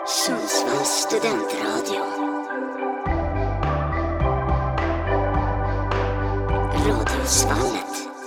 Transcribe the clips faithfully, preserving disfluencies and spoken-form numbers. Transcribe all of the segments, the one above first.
Sundsvalls studentradio. Radiosvallet.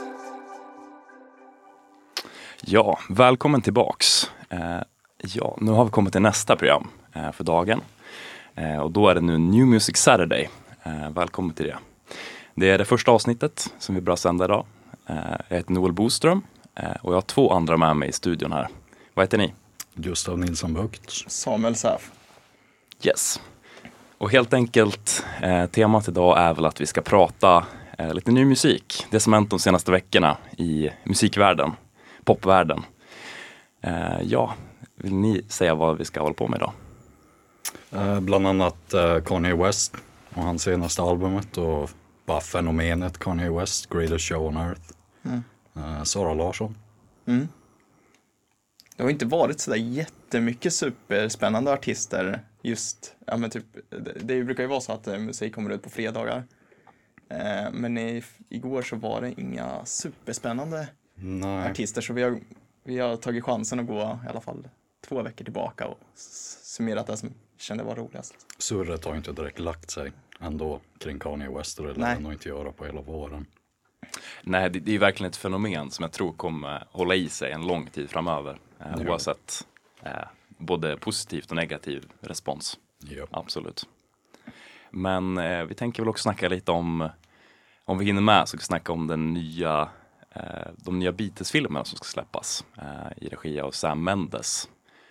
Ja, välkommen tillbaks. Eh, ja, nu har vi kommit till nästa program eh, för dagen. Eh, och då är det nu New Music Saturday. Eh, välkommen till det. Det är det första avsnittet som vi börjar sända idag. Eh, jag heter Noel Boström eh, och jag har två andra med mig i studion här. Vad heter ni? Gustav Nilsson Bukt. Samuel Säf. Yes. Och helt enkelt, eh, temat idag är väl att vi ska prata eh, lite ny musik. Det som hänt de senaste veckorna i musikvärlden, popvärlden. Eh, ja, vill ni säga vad vi ska hålla på med idag? Eh, bland annat eh, Kanye West och hans senaste albumet och bara fenomenet Kanye West, Greatest Show on Earth. Mm. Eh, Sara Larsson. Mm. Det har inte varit sådär jättemycket superspännande artister just, ja men typ, det, det brukar ju vara så att eh, musik kommer ut på fredagar. Eh, men i, igår så var det inga superspännande Nej. artister, så vi har, vi har tagit chansen att gå i alla fall två veckor tillbaka och s- summerat det som kände var roligast. Surret har inte direkt lagt sig ändå kring Kanye West och det lär Nej. nog inte göra på hela våren. Nej, det, det är verkligen ett fenomen som jag tror kommer hålla i sig en lång tid framöver. Eh, Ja. oavsett eh, både positivt och negativ respons. Ja. Absolut. Men eh, vi tänker väl också snacka lite om, om vi hinner med, så ska vi snacka om den nya, eh, de nya Beatles-filmerna som ska släppas eh, i regi av Sam Mendes.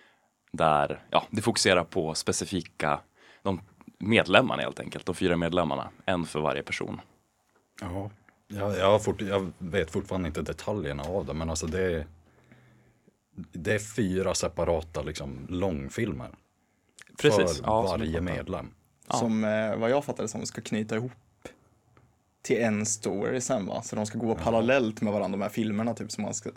Där ja, det fokuserar på specifika de medlemmarna helt enkelt, de fyra medlemmarna, en för varje person. Ja, jag, jag, har fort, jag vet fortfarande inte detaljerna av det, men alltså det är, det är fyra separata liksom, långfilmer. Precis. För Ja, som varje vi pratar. medlem. Ja. Som eh, vad jag fattade som ska knyta ihop till en story sen, va? Så de ska gå parallellt med varandra, de här filmerna typ, så man ska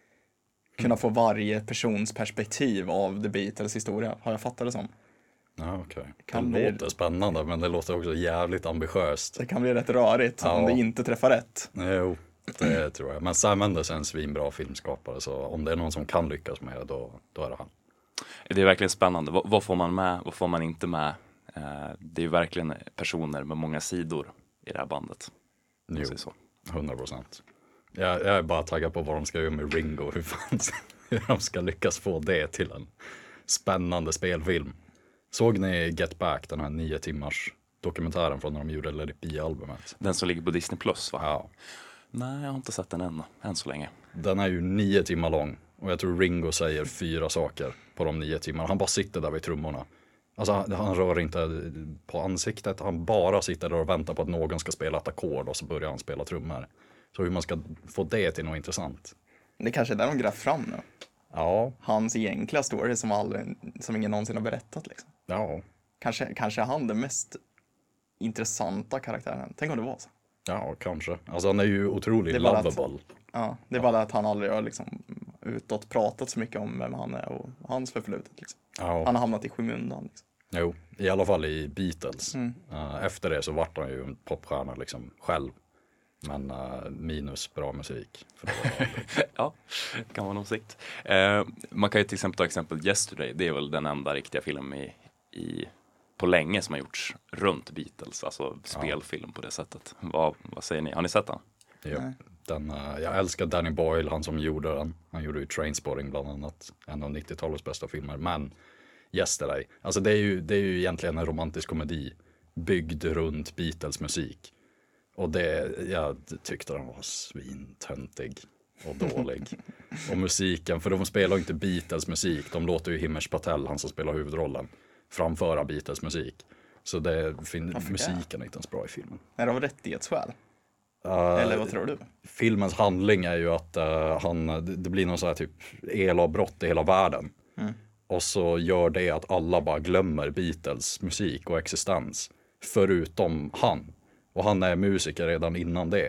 kunna få varje persons perspektiv av The Beatles historia, har jag fattat det som. Ja, okej. Kan Det bli- låter spännande, men det låter också jävligt ambitiöst. Det kan bli rätt rörigt Ja. om det inte träffar rätt. Jo, det tror jag. Men Sam Mendes är en svinbra filmskapare, så om det är någon som kan lyckas med det, då, då är det han. Det är verkligen spännande. Vad, vad får man med? Vad får man inte med? Eh, det är verkligen personer med många sidor i det här bandet. om man Jo, säger så. hundra procent. Jag, jag är bara taggad på vad de ska göra med Ringo, hur, fan, hur de ska lyckas få det till en spännande spelfilm. Såg ni Get Back, den här nio timmars dokumentären från när de gjorde Let It Be-albumet? Den som ligger på Disney Plus, va? Ja, Nej, jag har inte sett den än, än så länge. den är ju nio timmar lång och jag tror Ringo säger fyra saker på de nio timmarna. Han bara sitter där vid trummorna. Alltså han, han rör inte på ansiktet, han bara sitter där och väntar på att någon ska spela ett ackord och så börjar han spela trummor. Så hur man ska få det till något intressant. Det kanske är där de grävt fram nu. Ja, Hans egentliga story som, aldrig, som ingen någonsin har berättat liksom. ja, Kanske, kanske är han den mest intressanta karaktären. Tänk om det var så. ja kanske. Alltså han är ju otroligt Det är bara att- lovable. Ja, det är bara att han aldrig har liksom utåt pratat så mycket om vem han är och hans förflutet liksom. Ja, Han har hamnat i skymundan liksom. jo, i alla fall i Beatles. Mm. Uh, efter det så vart han ju en popstjärna liksom själv. Men uh, minus bra musik. För det var Ja, kan vara en åsikt. Eh, man kan ju till exempel ta exempel Yesterday. Det är väl den enda riktiga film i, i, på länge som har gjorts runt Beatles. Alltså spelfilm på det sättet. Vad, vad säger ni? Har ni sett den? Ja, Nej. den, uh, jag älskar Danny Boyle, han som gjorde den. Han gjorde ju Trainspotting bland annat. En av nittiotalets bästa filmer. Men Yesterday, alltså det är ju, det är ju egentligen en romantisk komedi byggd runt Beatles musik. Och det, jag tyckte den var svintöntig och dålig. Och musiken, för de spelar ju inte Beatles musik. De låter ju Himesh Patel, han som spelar huvudrollen, framföra Beatles musik. Så det, fin- Varför det? musiken är inte ens bra i filmen. Är det av rättighetsskäl? Uh, Eller vad tror du? Filmens handling är ju att uh, han, det, det blir någon sån här typ elavbrott i hela världen. Mm. Och så gör det att alla bara glömmer Beatles musik och existens. Förutom han. Och han är musiker redan innan det.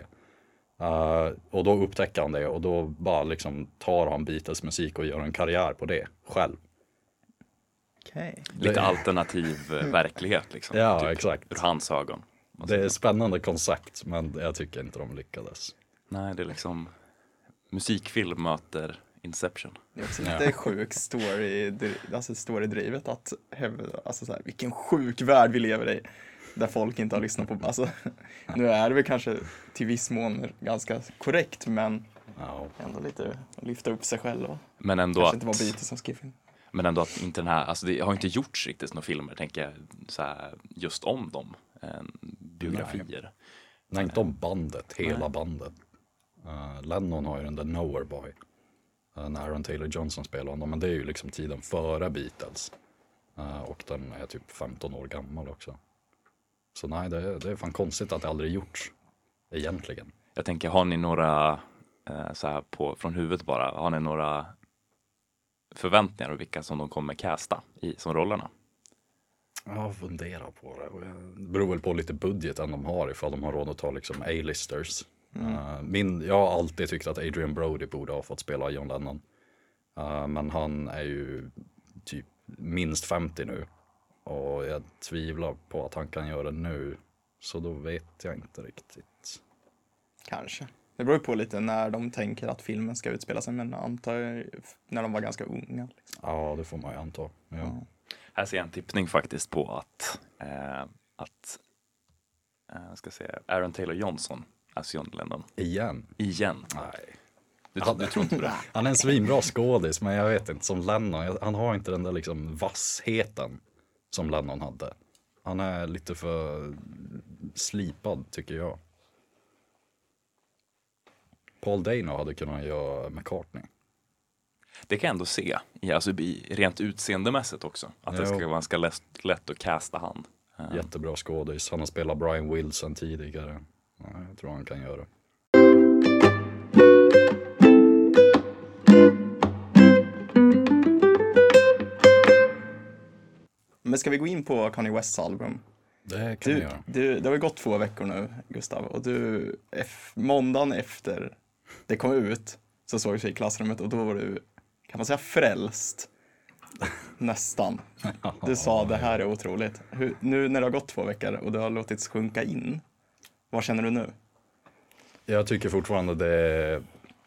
Uh, och då upptäcker han det och då bara liksom tar han Beatles musik och gör en karriär på det själv. Okej. Lite Det- alternativ eh, verklighet liksom. Ja, typ, exakt. Ur hans ögon. Det är ett spännande koncept, men jag tycker inte de lyckades. Nej, det är liksom musikfilm möter Inception. Det är också lite Ja. sjuk story, alltså storydrivet att hävda, alltså så här, vilken sjuk värld vi lever i. Där folk inte har lyssnat på, alltså nu är det väl kanske till viss mån ganska korrekt, men Ja. ändå lite lyfta upp sig själva. Men ändå Kanske att, inte var Beatles som skrev film. men ändå att inte den här, alltså det har inte gjorts riktigt några filmer, tänker jag, så här, just om dem. Eh, biografier. Nej, inte om bandet, hela Nej. bandet. Uh, Lennon har ju den där Nowhere Boy. Uh, när Aaron Taylor Johnson spelar honom, men det är ju liksom tiden före Beatles. Uh, och den är typ femton år gammal också. Så nej, det är, det är fan konstigt att det aldrig gjorts. Egentligen. Jag tänker, har ni några, eh, så här på, från huvudet bara, har ni några förväntningar och vilka som de kommer casta i som rollerna? Jag funderar på det. Och jag- Det beror väl på lite budgeten de har, ifall de har råd att ta liksom A-listers. Uh, min, jag har alltid tyckt att Adrian Brody borde ha fått spela John Lennon. Uh, men han är ju typ minst femtio nu. Och jag tvivlar på att han kan göra det nu. Så då vet jag inte riktigt. Kanske. Det beror ju på lite när de tänker att filmen ska utspela sig, men antar jag när de var ganska unga. Liksom. Ja, det får man ju anta. Ja. Ja. Här ser jag en tippning faktiskt på att, eh, att eh, jag ska säga, Aaron Taylor Johnson as John Lennon. Igen? Igen. Nej. Du, Ja, du tror inte på det? Han är en svinbra skådis, men jag vet inte, som Lennon, jag- han har inte den där liksom vassheten som Lennon hade. Han är lite för slipad, tycker jag. Paul Dano hade kunnat göra McCartney. Det kan jag ändå se, i- alltså i, rent utseendemässigt också. Att det Jo. ska vara ganska lätt, lätt att casta han. Eh, Jättebra skådis. Han har spelat Brian Wilson tidigare. Ja, jag tror han kan göra. Men ska vi gå in på Kanye Wests album? Det kan vi Du, göra. du, det har ju gått två veckor nu, Gustav, och du, f- måndagen efter det kom ut så såg vi i klassrummet och då var du, kan man säga, frälst. Nästan. Du sa det här är otroligt. Hur, nu när det har gått två veckor och du har låtit sjunka in, vad känner du nu? Jag tycker fortfarande det är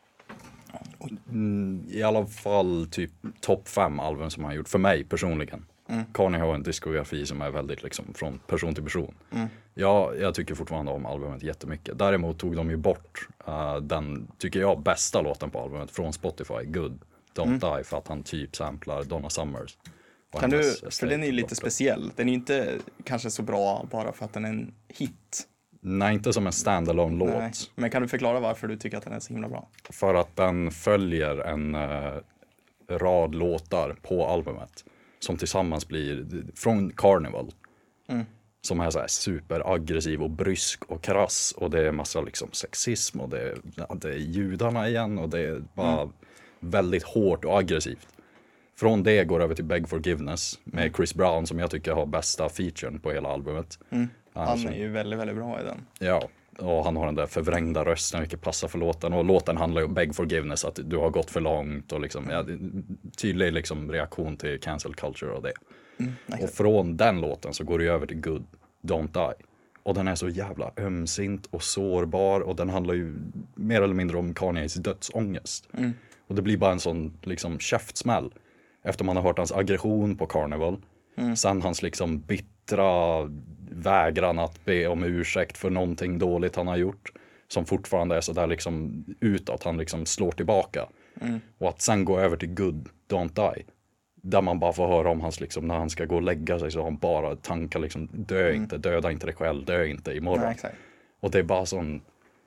mm, i alla fall typ topp fem album som han har gjort för mig personligen. Mm. Kanye har en diskografi som är väldigt liksom från person till person. Mm. Ja, jag tycker fortfarande om albumet jättemycket. Däremot tog de ju bort uh, den, tycker jag, bästa låten på albumet från Spotify, Good, Don't Mm. Die, för att han typ samplar Donna Summers. Och Kan du, hennes för estate den är ju lite borta. speciell. Den är ju inte kanske så bra bara för att den är en hit. Nej, inte som en standalone låt. Nej. Men kan du förklara varför du tycker att den är så himla bra? För att den följer en uh, rad låtar på albumet. Som tillsammans blir från Carnival. Mm. Som är så här superaggressiv och brysk och krass. Och det är massa liksom sexism och det är, det är judarna igen. Och det är bara Mm. väldigt hårt och aggressivt. Från det går över till Beg Forgiveness med Chris Brown som jag tycker har bästa featuren på hela albumet. Mm. Han Han som- är ju väldigt, väldigt bra i den. Ja, och han har den där förvrängda rösten vilket passar för låten. Och låten handlar ju om Beg Forgiveness, att du har gått för långt och liksom, ja, det- tydlig liksom reaktion till cancel culture och det. Mm. Och exakt. från den låten så går det över till Good, Don't Die. Och den är så jävla ömsint och sårbar och den handlar ju mer eller mindre om Kanyes dödsångest. Mm. Och det blir bara en sån liksom käftsmäll. Efter man har hört hans aggression på Carnival. Mm. Sen hans liksom bittra vägran att be om ursäkt för någonting dåligt han har gjort. Som fortfarande är så där liksom utåt, han liksom slår tillbaka. Mm. Och att sen gå över till Good, Don't Die. Där man bara får höra om hans liksom, när han ska gå och lägga sig så har han bara tankar liksom, dö inte, döda inte dig själv, dö inte imorgon. Nej, exakt. Och det är bara sån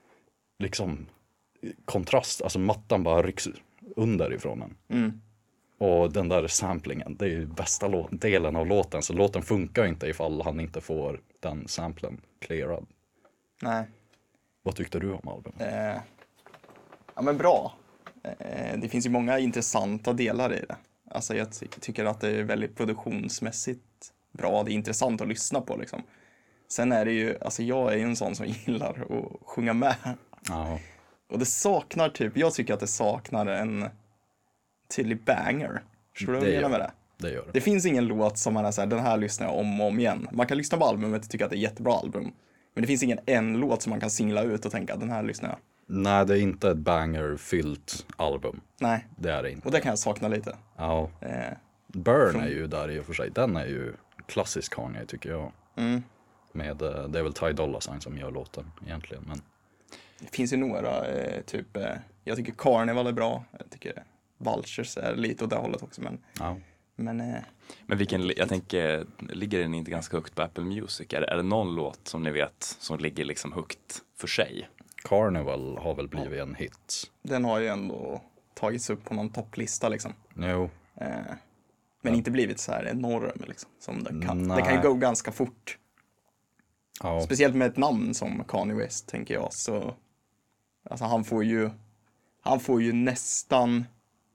liksom kontrast, alltså mattan bara rycks underifrån en. Mm. Och den där samplingen, det är ju bästa lå- delen av låten. Så låten funkar ju inte ifall han inte får den samplen clearad. Nej. Vad tyckte du om albumet? Eh, ja men bra. Eh, det finns ju många intressanta delar i det. Alltså jag ty- tycker att det är väldigt produktionsmässigt bra. Det är intressant att lyssna på liksom. Sen är det ju, alltså jag är ju en sån som gillar att sjunga med. Ja, Och det saknar typ, jag tycker att det saknar en tydlig banger. Förstår du vad Det jag menar gör med det? det gör det. Det finns ingen låt som man är såhär, den här lyssnar jag om och om igen. Man kan lyssna på albumet och tycka att det är ett jättebra album. Men det finns ingen en låt som man kan singla ut och tänka, den här lyssnar jag Nej, det är inte ett banger-fyllt album. Nej, Det är det inte. och det kan jag sakna lite. Ja, Eh, Burn Från- är ju där i och för sig. Den är ju klassisk Kanye tycker jag. mm. Med, eh, det är väl Ty Dolla Sign som gör låten egentligen. Men Det finns ju några, eh, typ, eh, jag tycker Carnival är bra. Jag tycker Vultures är lite åt det hållet också. Men, ja, men eh, Men vilken, jag tänker, ligger den inte ganska högt på Apple Music? Är, är det någon låt som ni vet som ligger liksom högt för sig? Carnival har väl blivit en hit. den har ju ändå tagits upp på någon topplista liksom. Jo, Eh, men inte blivit så här enorm liksom. Som den kan. Nej. Det kan ju gå ganska fort. ja, Speciellt med ett namn som Kanye West, tänker jag. Så, alltså han får ju, han får ju nästan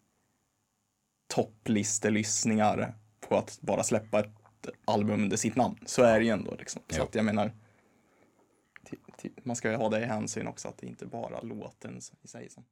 topplistelyssningar på att bara släppa ett album under sitt namn. Så är det ju ändå liksom. Så Jo. att jag menar, ti- ti- man ska ju ha det i hänsyn också, att det inte bara låten i sig som.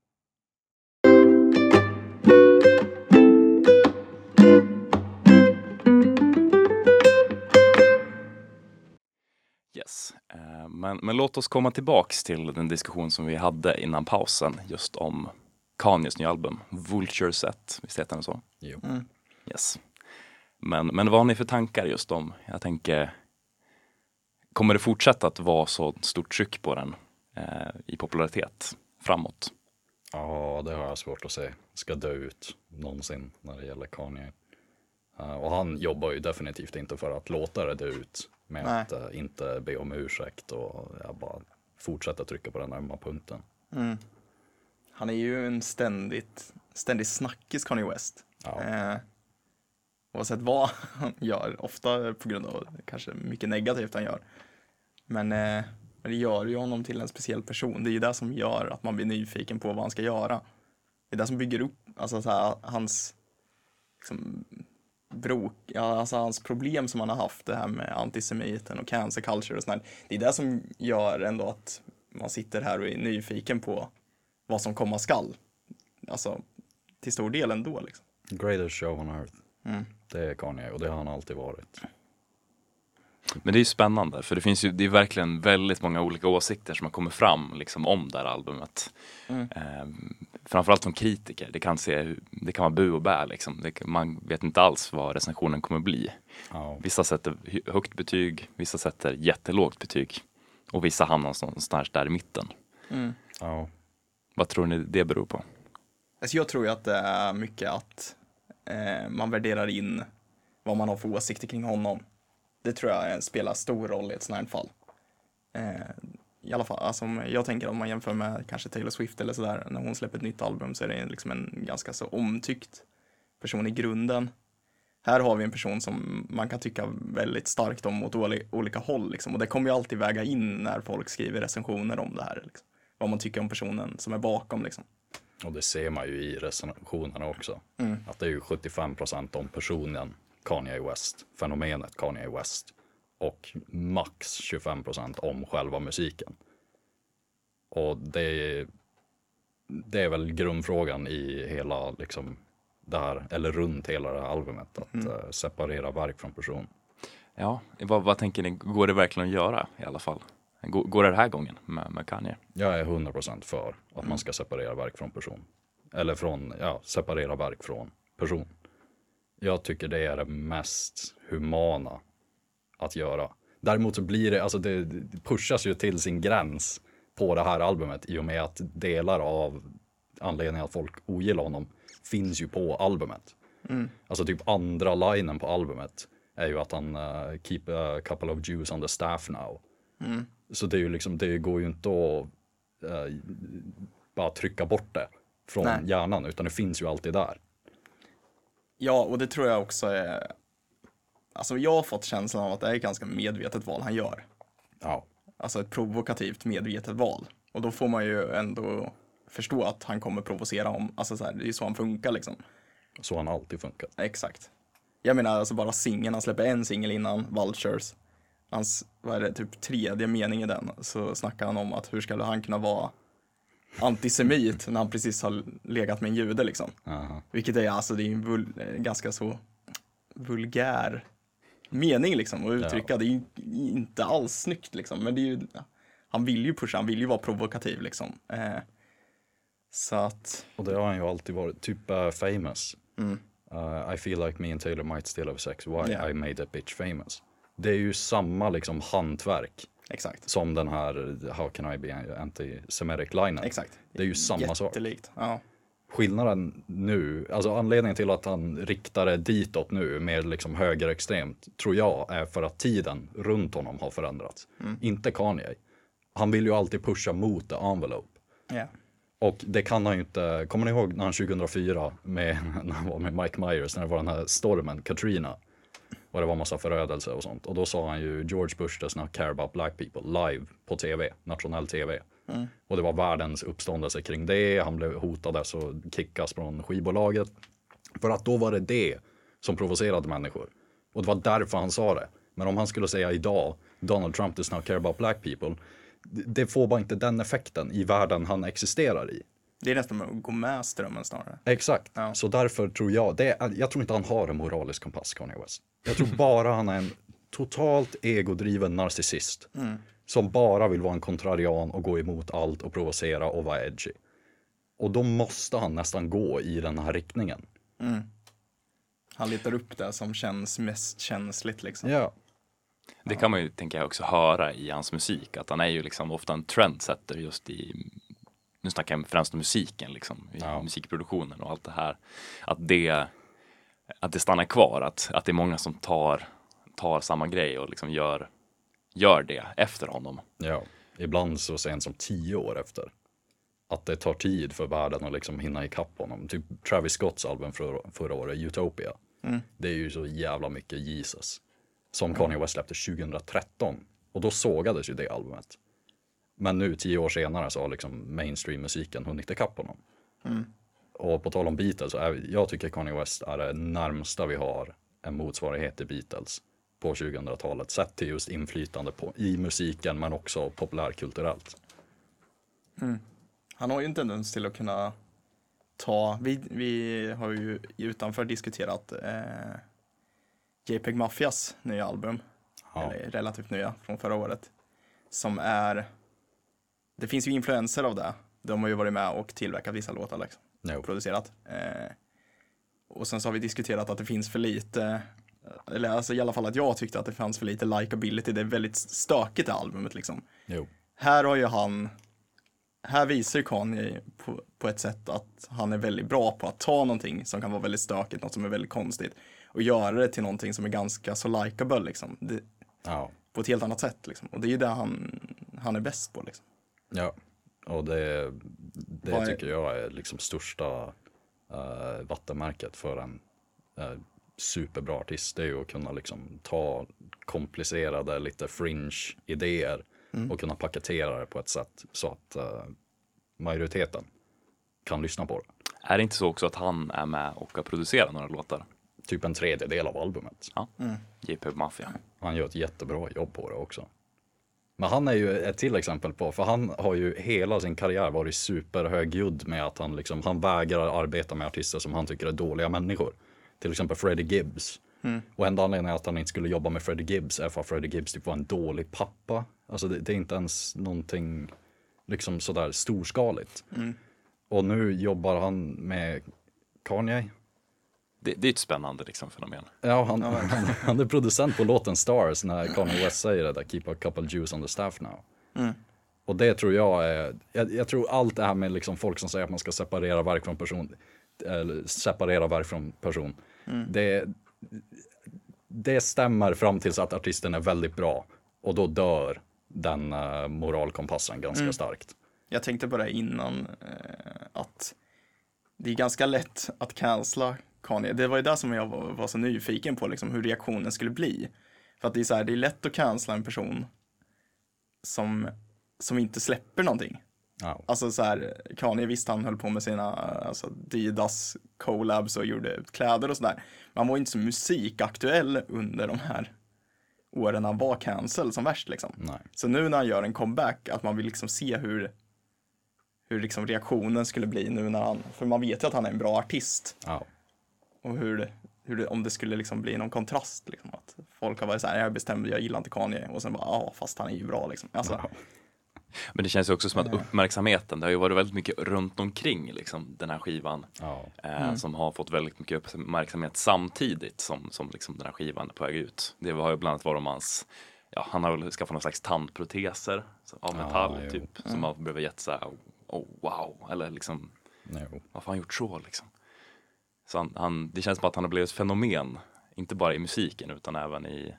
Yes. Eh, Men, men låt oss komma tillbaks till den diskussion som vi hade innan pausen just om Kanyes nya album, Vulture Set, visst heter den så? jo. Yes. Men, men vad har ni för tankar just om, jag tänker, kommer det fortsätta att vara så stort tryck på den eh, i popularitet framåt? Ja, det har jag svårt att se. Ska dö ut någonsin när det gäller Kanye. Uh, och han jobbar ju definitivt inte för att låta det dö ut. Med Nej. att uh, inte be om ursäkt och jag bara fortsätta trycka på den ömma punkten. Mm. Han är ju en ständigt, ständigt snackis, Kanye West. Ja. Eh, oavsett vad han gör, ofta på grund av kanske mycket negativt han gör. Men, eh, men det gör ju honom till en speciell person. Det är ju det som gör att man blir nyfiken på vad han ska göra. Det är det som bygger upp, alltså så här, hans liksom, brok, ja, alltså hans problem som han har haft, det här med antisemiten och cancer culture och sånt där. Det är det som gör ändå att man sitter här och är nyfiken på vad som komma skall. Alltså, till stor del ändå liksom. Greatest show on earth. Mm. Det är Kanye och det har han alltid varit. Men det är ju spännande, för det finns ju, det är verkligen väldigt många olika åsikter som har kommit fram liksom, om det här albumet. Mm. Eh, framförallt från kritiker. Det kan, se, det kan vara bu och bä. Liksom. Det, man vet inte alls vad recensionen kommer bli. Ja. Vissa sätter hy- högt betyg, vissa sätter jättelågt betyg. Och vissa hamnar någonstans där i mitten. Mm. Ja. Vad tror ni det beror på? Alltså jag tror ju att det är mycket att eh, man värderar in vad man har för åsikter kring honom. Det tror jag spelar stor roll i ett sånt här fall. Eh, I alla fall, alltså om jag tänker om man jämför med kanske Taylor Swift eller sådär, när hon släpper ett nytt album så är det liksom en ganska så omtyckt person i grunden. Här har vi en person som man kan tycka väldigt starkt om åt oli- olika håll liksom. Och det kommer ju alltid väga in när folk skriver recensioner om det här liksom. Vad man tycker om personen som är bakom liksom. Och det ser man ju i recensionerna också. Mm. Att det är ju sjuttiofem procent om personen Kanye West, fenomenet Kanye West. Och max tjugofem procent om själva musiken. Och det är, det är väl grundfrågan i hela liksom det här, eller runt hela det här albumet. Att Mm. uh, separera verk från person. Ja, vad, vad tänker ni? Går det verkligen att göra i alla fall? Går, går det den här gången med, med Kanye? Jag är hundra procent för att Mm. man ska separera verk från person. Eller från, ja, separera verk från person. Jag tycker det är det mest humana att göra. Däremot så blir det, alltså det, det pushas ju till sin gräns på det här albumet i och med att delar av anledningen att folk ogillar honom finns ju på albumet. Mm. Alltså typ andra linen på albumet är ju att han uh, keep a couple of Jews on the staff now. Mm. Så det är ju liksom, det går ju inte att uh, bara trycka bort det från Nej. hjärnan, utan det finns ju alltid där. Ja, och det tror jag också är... Alltså jag har fått känslan av att det är ett ganska medvetet val han gör. Ja, Alltså ett provokativt medvetet val. Och då får man ju ändå förstå att han kommer provocera om... Alltså så här, det är ju så han funkar liksom. så har han alltid funkat. Exakt. Jag menar alltså bara singeln, han släpper en singel innan, Vultures. Hans, vad är det, typ tredje mening i den, så snackar han om att hur skulle han kunna vara antisemit när han precis har legat med en jude liksom. Aha. Vilket är alltså, det är en vul, eh, ganska så vulgär mening liksom att uttrycka. Ja. Det är ju inte alls snyggt liksom, men det är ju, ja, han vill ju pusha, han vill ju vara provokativ liksom. Eh, så att... Och det har han ju alltid varit, typ uh, famous. Mm. Uh, I feel like me and Taylor might still have sex, why Yeah. I made that bitch famous. Det är ju samma liksom hantverk Exakt. som den här How can I be anti-semitic linen. Exakt. Det är ju samma sak. Jättelikt. Ja. Skillnaden nu, alltså anledningen till att han riktar det ditåt nu mer liksom högerextremt, tror jag är för att tiden runt honom har förändrats. Mm. Inte Kanye. Han vill ju alltid pusha mot the envelope. Yeah. Och det kan han ju inte, kommer ni ihåg när han tjugohundrafyra med, när han var med Mike Myers, när det var den här stormen, Katrina, och det var massa förödelse och sånt. Och då sa han ju George Bush does not care about black people live på tv, nationell tv. Mm. Och det var världens uppståndelse kring det. Han blev hotad så kickas från skivbolaget. För att då var det det som provocerade människor. Och det var därför han sa det. Men om han skulle säga idag Donald Trump does not care about black people, det får bara inte den effekten i världen han existerar i. Det är nästan att gå med strömmen snarare. Exakt, Ja. så därför tror jag det är, jag tror inte han har en moralisk kompass, Kanye West. Jag tror bara han är en totalt egodriven narcissist. Mm. Som bara vill vara en kontrarian och gå emot allt och provocera och vara edgy. Och då måste han nästan gå i den här riktningen. Mm. Han letar upp det som känns mest känsligt liksom. Ja. Det kan man ju, tänker jag, också höra i hans musik. Att han är ju liksom ofta en trendsetter just i, nu snackar jag främst om musiken liksom, i Ja. musikproduktionen och allt det här. Att det, att det stannar kvar, att, att det är många som tar, tar samma grej och liksom gör, gör det efter honom. Ja, ibland så sent som tio år efter. Att det tar tid för världen att liksom hinna ikapp honom. Typ Travis Scotts album för, förra året, Utopia. Mm. Det är ju så jävla mycket Jesus. Som Kanye West släppte tjugohundratretton. Och då sågades ju det albumet. Men nu tio år senare så har liksom mainstream-musiken hunnit ikapp honom. Mm. Och på tal om Beatles, så är, jag tycker Kanye West är det närmsta vi har en motsvarighet till Beatles på tjugohundratalet. Sett till just inflytande på, i musiken men också populärkulturellt. Mm. Han har ju en tendens till att kunna ta, vi, vi har ju utanför diskuterat eh, JPEG Mafias nya album, Ja. eller relativt nya från förra året, som är, det finns ju influenser av det, de har ju varit med och tillverkat vissa låtar liksom, No. producerat. Eh, och sen så har vi diskuterat att det finns för lite, eller alltså i alla fall att jag tyckte att det fanns för lite likability, det är väldigt stökigt det albumet liksom. Jo. Här har ju han, här visar ju Kanye på, på ett sätt att han är väldigt bra på att ta någonting som kan vara väldigt stökigt, något som är väldigt konstigt, och göra det till någonting som är ganska så likable liksom. Det, Ja. på ett helt annat sätt liksom. Och det är ju det han, han är bäst på liksom. Ja, och det, det Vad är- tycker jag är liksom största uh, vattenmärket för en uh, superbra artist. Det är ju att kunna liksom ta komplicerade, lite fringe idéer Mm. och kunna paketera det på ett sätt så att uh, majoriteten kan lyssna på det. Är det inte så också att han är med och har producerat några låtar? Typ en tredjedel av albumet. Ja, Mm. J P Mafia. Han gör ett jättebra jobb på det också. Men han är ju ett till exempel på, för han har ju hela sin karriär varit superhögljudd med att han liksom, han vägrar arbeta med artister som han tycker är dåliga människor. Till exempel Freddie Gibbs. Mm. Och enda anledningen att han inte skulle jobba med Freddie Gibbs är för att Freddie Gibbs typ var en dålig pappa. Alltså det, det är inte ens någonting liksom sådär storskaligt. Mm. Och nu jobbar han med Kanye. Det, det är ett spännande liksom, fenomen. Ja, han, han, han är producent på låten Stars när Kanye West säger det där, keep a couple Jews on the staff now. Mm. Och det tror jag är, jag, jag tror allt det här med liksom folk som säger att man ska separera verk från person, eller separera verk från person, Mm. det, det stämmer fram tills att artisten är väldigt bra. Och då dör den uh, moralkompassen ganska Mm. starkt. Jag tänkte på det innan, eh, att det är ganska lätt att cancella Kanye. Det var ju det som jag var, var så nyfiken på, liksom, hur reaktionen skulle bli. För att det är så här, det är lätt att cancella en person som, som inte släpper någonting. Ja. Alltså så här, Kanye, visst han höll på med sina alltså, Adidas collabs och gjorde kläder och sådär. Men han var inte så musikaktuell under de här åren han var cancel som värst liksom. Nej. Så nu när han gör en comeback, att man vill liksom se hur, hur liksom reaktionen skulle bli nu när han, för man vet ju att han är en bra artist. Ja. Och hur, det, hur det, om det skulle liksom bli någon kontrast liksom, att folk har varit så här, jag bestämde, jag gillar inte Kanye, och sen bara, ja fast han är ju bra liksom. Alltså, Ja. Men det känns ju också som att uppmärksamheten, det har ju varit väldigt mycket runt omkring liksom, den här skivan. Ja. Eh, Mm. Som har fått väldigt mycket uppmärksamhet samtidigt som, som liksom den här skivan är på väg ut. Det har ju bland annat varit om hans, ja, han har väl skaffat någon slags tandproteser av metall Ja, typ. Mm. Som har blivit jätte såhär, oh wow, eller liksom, Jo. varför har han gjort så liksom? Så han, han, det känns som att han har blivit ett fenomen, inte bara i musiken utan även i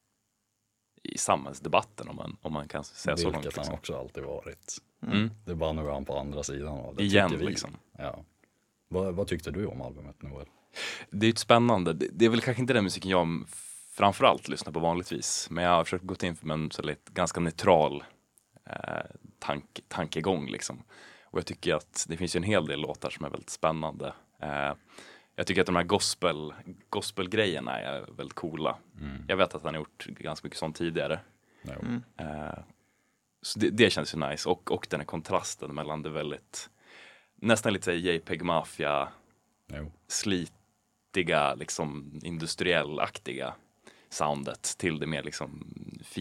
i samhällsdebatten om man, om man kan säga så långt. Vilket han Liksom. också alltid varit. Mm. Det är bara nu är han på andra sidan av det. Igen tycker vi. liksom. Ja. Vad, vad tyckte du om albumet, Noel? Det är ju ett spännande, det, det är väl kanske inte den musiken jag framförallt lyssnar på vanligtvis. Men jag har försökt gå in för en så lite, ganska neutral eh, tank, tankegång liksom. Och jag tycker att det finns ju en hel del låtar som är väldigt spännande. Eh, jag tycker att de här gospel, gospelgrejerna är väldigt coola. Mm. Jag vet att han har gjort ganska mycket sånt tidigare. Jo. Mm. Eh, så det, det känns ju nice. Och, och den här kontrasten mellan det väldigt, nästan lite såhär JPEG Mafia, Jo. slitiga, liksom industriellaktiga soundet till det mer liksom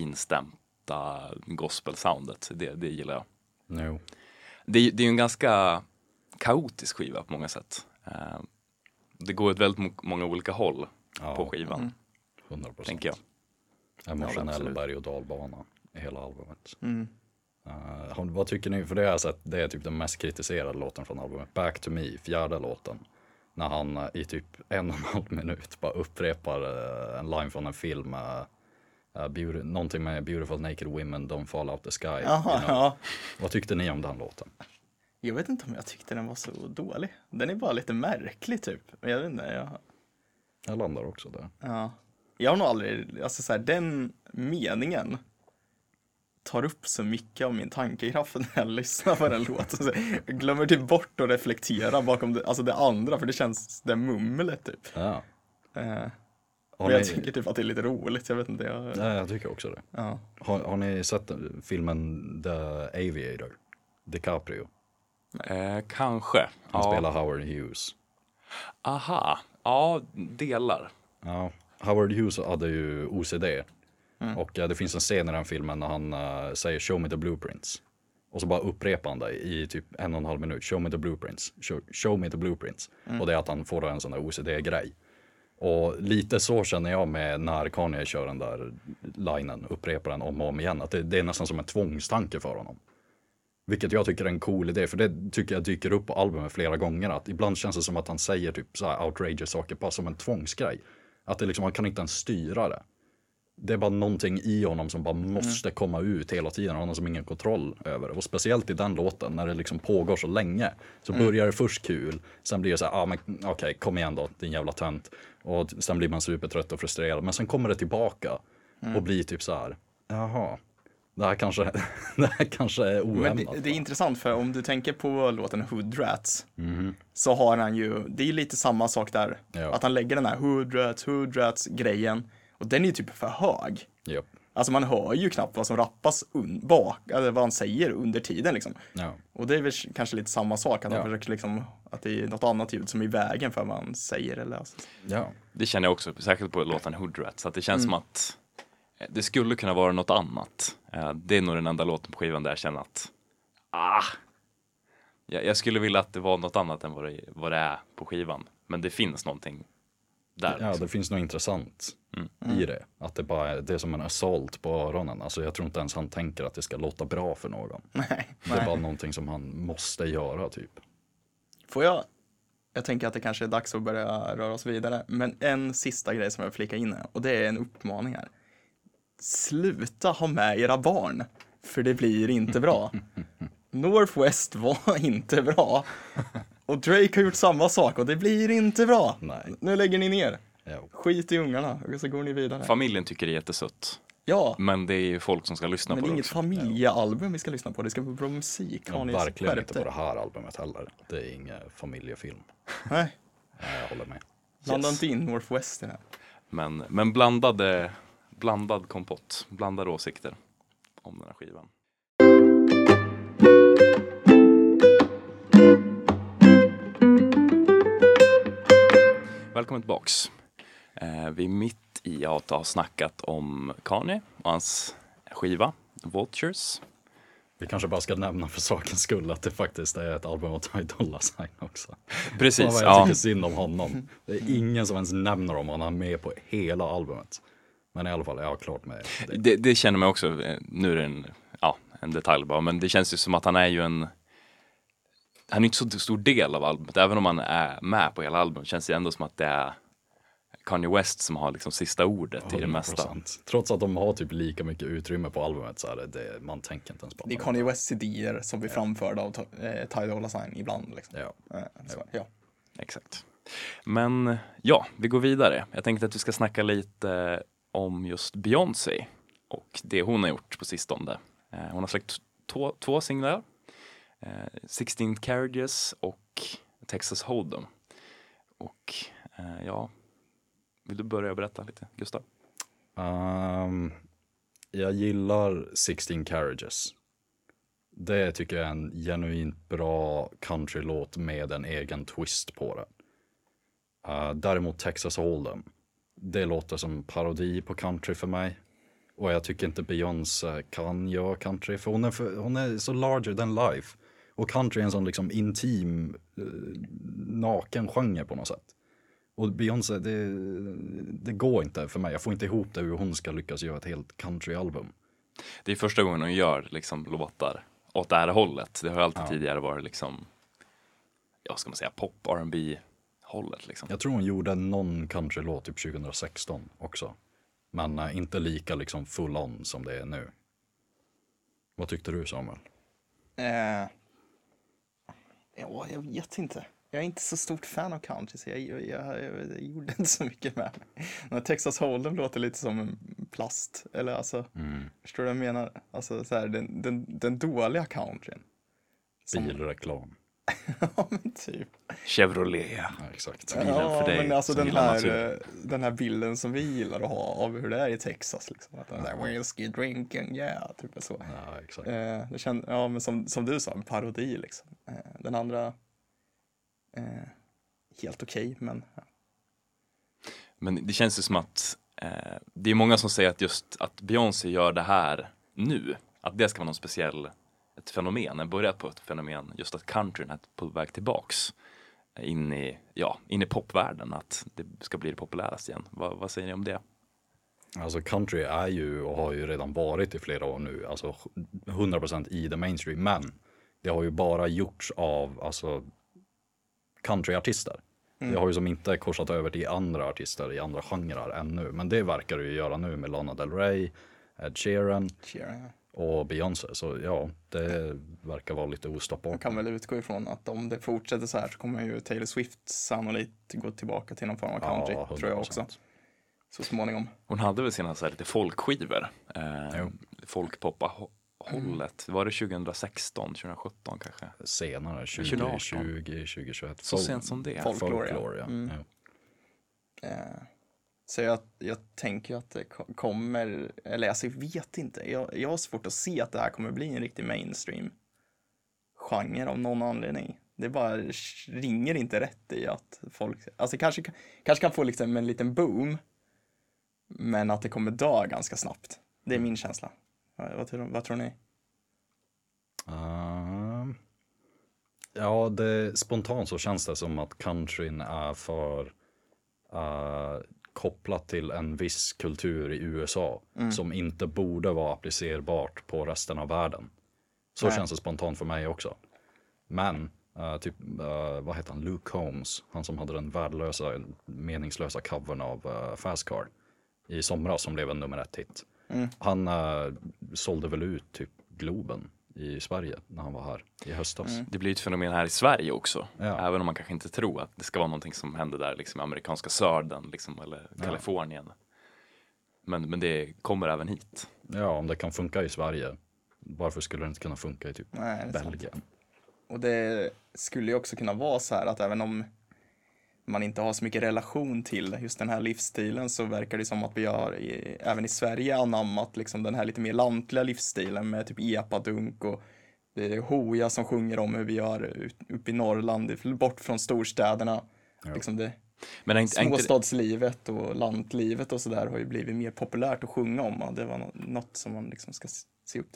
finstämta gospel-soundet. Det, det gillar jag. Jo. Det, det är ju en ganska kaotisk skiva på många sätt. Eh, det går åt väldigt mo- många olika håll Ja, på skivan, Mm. hundra procent. tänker jag. Emotionell absolut. berg- och dalbana i hela albumet. Mm. Uh, har- vad tycker ni? För det är, så att det är typ den mest kritiserade låten från albumet. Back to me, fjärde låten. När han uh, i typ en och en halv minut bara upprepar uh, en line från en film. Uh, uh, beauty, någonting med beautiful naked women don't fall out the sky. Jaha, you know. ja. Vad tyckte ni om den låten? Jag vet inte om jag tyckte den var så dålig. Den är bara lite märklig typ. Men jag vet inte, jag... Jag landar också där. Ja. Jag har nog aldrig, alltså så här, den meningen tar upp så mycket av min tankekraft när jag lyssnar på den låten. Så jag glömmer typ bort att reflektera bakom det, alltså det andra, för det känns, det mumlet typ. Ja. Eh, Har men jag ni- tycker typ att det är lite roligt, jag vet inte. Jag, Nej, jag tycker också det. ja. Har, har ni sett filmen The Aviator? DiCaprio. Eh, kanske. Han Ja. spelar Howard Hughes. Aha, ja, delar. Ja, Howard Hughes hade ju O C D. Mm. Och eh, det finns en scen i den filmen när han eh, säger show me the blueprints. Och så bara upprepar han det i typ en och en halv minut. Show me the blueprints. Show, show me the blueprints. Mm. Och det är att han får en sån där O C D-grej. Och lite så känner jag med när Kanye kör den där linen, upprepar den om och om igen. Att det, det är nästan som en tvångstanke för honom. Vilket jag tycker är en cool idé, för det tycker jag dyker upp på albumet flera gånger. Att ibland känns det som att han säger typ så här outrageous saker bara som en tvångsgrej. Att det liksom, han kan inte ens styra det. Det är bara någonting i honom som bara måste komma ut hela tiden. Han har som ingen kontroll över det. Och speciellt i den låten när det liksom pågår så länge. Så börjar det först kul. Sen blir det så här, ah, men okej, okay, kom igen då, din jävla tönt. Och sen blir man supertrött och frustrerad. Men sen kommer det tillbaka och blir typ så här, jaha. Det här kanske, det här kanske är ohämmat. Men det, det är intressant, för om du tänker på låten Hood Rats, Mhm. så har han ju, det är ju lite samma sak där. Ja. Att han lägger den här Hood Rats, Hood Rats grejen. Och den är ju typ för hög. Japp. Alltså man hör ju knappt vad som rappas un- bak, eller vad han säger under tiden liksom. Ja. Och det är väl kanske lite samma sak, att Ja. han försöker liksom, att det är något annat ljud som är i vägen för vad man säger eller alltså. Ja. Det känner jag också, särskilt på låten Hood Rat. Så att det känns som att eh, det skulle kunna vara något annat. Eh, Det är nog den enda låten på skivan där jag känner att ah, jag, jag skulle vilja att det var något annat än vad det, vad det är på skivan. Men det finns någonting där. Ja, liksom. det finns något intressant i det. Att det bara är, det är som en assault på öronen. Alltså jag tror inte ens han tänker att det ska låta bra för någon. Nej. Det är bara någonting som han måste göra typ. Får jag, jag tänker att det kanske är dags att börja röra oss vidare, men en sista grej som jag vill flika in här, och det är en uppmaning här. Sluta ha med era barn, för det blir inte bra. Northwest var inte bra. Och Drake har gjort samma sak och det blir inte bra. Nej. Nu lägger ni ner. Ja. Skit i ungarna och så går ni vidare. Familjen tycker det är jättesött. Ja, Men det är ju folk som ska lyssna men på det är det inget också. familjealbum vi ska lyssna på. Det ska vara bra musik. Ja, Har ni verkligen skärpt inte på er? det här albumet heller. Det är ingen familjefilm. Nej, Nej, jag håller med. blanda Yes. inte in Northwest i det här. Men, men blandade, blandad kompott, blandade åsikter om den här skivan. Välkommen tillbaks. Eh, vi är mitt i att ha snackat om Kanye och hans skiva Vultures. Vi kanske bara ska nämna för sakens skull att det faktiskt är ett album av Ty Dolla Sign också. Precis, Jag ja. tycker synd om honom. Det är ingen som ens nämner om honom, han är med på hela albumet. Men i alla fall, jag har klart med det. Det, det känner man också, nu är det en, ja, en detalj bara, men det känns ju som att han är ju en, han är inte så stor del av albumet, även om han är med på hela albumet, känns det ändå som att det är Kanye West som har liksom sista ordet i det mesta. Trots att de har typ lika mycket utrymme på albumet så är det, det man tänker inte ens på. Det är Kanye Wests idéer som blir framförda av eh, Ty Dolla Sign ibland. Liksom. Ja. Eh, så, ja. Exakt. Men ja, vi går vidare. Jag tänkte att vi ska snacka lite om just Beyoncé och det hon har gjort på sistone. Eh, hon har släppt två, två singlar. Eh, sexton Carriages och Texas Hold'em. Och eh, ja, vill du börja berätta lite, Gustav? Um, jag gillar sexton Carriages. Det tycker jag är en genuint bra countrylåt med en egen twist på den. Uh, däremot Texas Hold'em, det låter som parodi på country för mig. Och jag tycker inte Beyoncé kan göra country, för hon är, för, hon är så larger than life. Och country är en sån liksom intim, uh, naken genre på något sätt. Och Beyoncé, det, det går inte för mig. Jag får inte ihop det hur hon ska lyckas göra ett helt countryalbum. Det är första gången hon gör liksom låtar åt det här hållet. Det har alltid Ja. tidigare varit liksom, ja, ska man säga, pop, R and B hållet liksom. Jag tror hon gjorde någon countrylåt typ tjugohundrasexton också. Men uh, inte lika liksom full on som det är nu. Vad tyckte du, Samuel? Eh, ja, jag vet inte. Jag är inte så stort fan av country, så jag, jag, jag, jag gjorde inte så mycket med det. Men Texas Hold'em låter lite som en plast. Eller alltså, Mm. förstår du vad jag menar? Alltså så här, den, den, den dåliga countryn. Som- Bilreklam. Ja, men typ. Chevrolet. Ja, exakt. bilen Ja, för dig men alltså som den gillar här, natur. eh, den här bilden som vi gillar att ha av hur det är i Texas. Liksom. Att den där whiskey drinking, yeah, typ så. Ja, exakt. Eh, det känd, ja, men som, som du sa, en parodi liksom. Eh, den andra, eh, helt okej, men ja. Men det känns ju som att eh, det är många som säger att just att Beyoncé gör det här nu, att det ska vara någon speciell, ett fenomen, en början på ett fenomen, just att countryn är på väg tillbaks in i, ja, in i popvärlden, att det ska bli det populäraste igen. Va, vad säger ni om det? Alltså country är ju och har ju redan varit i flera år nu, alltså hundra procent i the mainstream, men det har ju bara gjorts av alltså countryartister. Mm. Det har ju som inte korsat över till andra artister i andra genrer ännu, men det verkar det ju göra nu med Lana Del Rey, Ed Sheeran Cheer, ja. och Beyoncé, så ja, det verkar vara lite Man ostoppbart. kan väl utgå ifrån att om det fortsätter så här så kommer ju Taylor Swift sannolikt gå tillbaka till någon form av country, Ja, tror jag också. hundra procent. Så småningom. Hon hade väl sina så här lite folkskivor, eh, Jo. folkpoppa hållet. Var det tjugohundrasexton, tjugosjutton kanske? Senare, tjugo tjugoarton. tjugo, tjugo tjugoett. Så sent som det. Folk- Folklore, ja. Folklore, ja. Mm. Ja. Eh, så jag, jag tänker ju att det ko- kommer, eller alltså jag vet inte, jag, jag har svårt att se att det här kommer bli en riktig mainstream genre av någon anledning. Det bara ringer inte rätt i att folk, alltså kanske, kanske kan få liksom en liten boom, men att det kommer dö ganska snabbt. Det är min känsla. Vad, vad, tror, vad tror ni? Ehm, ja, det, spontant så känns det som att countryn är för uh, kopplat till en viss kultur i U S A som inte borde vara applicerbart på resten av världen. Så Nej. känns det spontant för mig också. Men uh, typ, uh, vad heter han, Luke Combs, han som hade den värdelösa, meningslösa covern av uh, Fast Car i somras som blev en nummer ett hit. Mm. Han uh, sålde väl ut typ Globen i Sverige när han var här i höstas. Mm. Det blir ett fenomen här i Sverige också. Ja. Även om man kanske inte tror att det ska vara någonting som händer där, liksom amerikanska södern liksom, eller Ja. Kalifornien. Men, men det kommer även hit. Ja, om det kan funka i Sverige, varför skulle det inte kunna funka i typ Nej, det är sant. Belgien? Och det skulle ju också kunna vara så här att även om man inte har så mycket relation till just den här livsstilen så verkar det som att vi har i, även i Sverige anammat liksom den här lite mer lantliga livsstilen med typ epadunk och det är Hoja som sjunger om hur vi gör ut, upp i Norrland, bort från storstäderna. Ja. Liksom det Men är inte, är inte, småstadslivet och lantlivet och sådär har ju blivit mer populärt att sjunga om och det var nå- något som man liksom ska s- se upp till. Typ.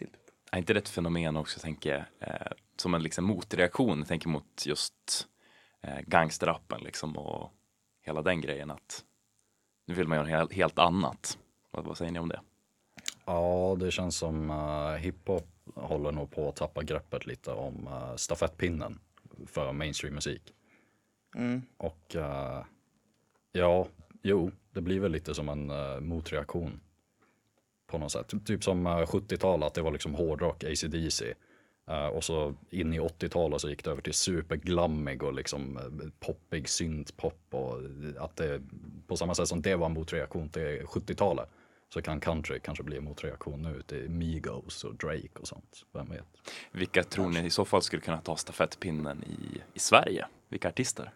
är inte det ett fenomen också, jag tänker, eh, som en liksom motreaktion, jag tänker mot just eh, gangsterrappen liksom och hela den grejen att nu vill man göra helt, helt annat. Vad, vad säger ni om det? Ja, det känns som uh, hiphop håller nog på att tappa greppet lite om uh, stafettpinnen för mainstream-musik. Mm. Och uh, ja, jo, det blir väl lite som en uh, motreaktion på något sätt. Typ som uh, sjuttiotalet, att det var liksom hårdrock, A C D C. Uh, och så in i åttiotalet så gick det över till superglammig och liksom uh, poppig syntpop. Och att det, på samma sätt som det var en motreaktion till sjuttiotalet, så kan country kanske bli en motreaktion nu till Migos och Drake och sånt. Vem vet? Vilka tror ni i så fall skulle kunna ta stafettpinnen i, i Sverige? Vilka artister?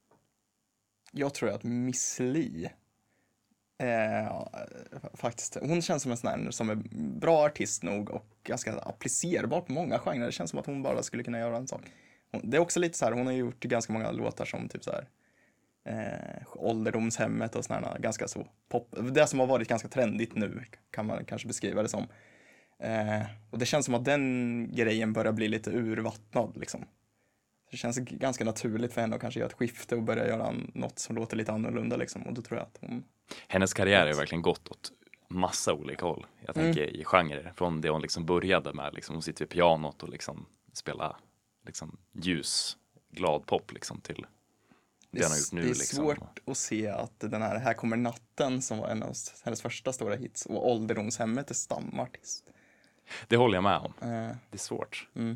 Jag tror att Miss Li, eh, faktiskt, hon känns som en sån här som är bra artist nog och ganska applicerbar på många genrer. Det känns som att hon bara skulle kunna göra en sak. Hon, det är också lite så här, hon har gjort ganska många låtar som typ så här eh, ålderdomshemmet och såna här ganska så pop. Det som har varit ganska trendigt nu kan man kanske beskriva det som. Eh, och det känns som att den grejen börjar bli lite urvattnad liksom. Det känns ganska naturligt för henne att kanske göra ett skifte och börja göra något som låter lite annorlunda liksom. Och då tror jag att hon... Hennes karriär är verkligen gått åt massa olika håll. Jag tänker mm. i genrer. Från det hon liksom började med. Liksom, hon sitter vid pianot och liksom spelar liksom, ljus, glad pop liksom, till det, det hon har gjort nu. Det är liksom. svårt att se att den här Här kommer natten, som var en av hennes första stora hits, och Ålderdomshemmet är stamartist. Det håller jag med om. Uh, det är svårt. Mm.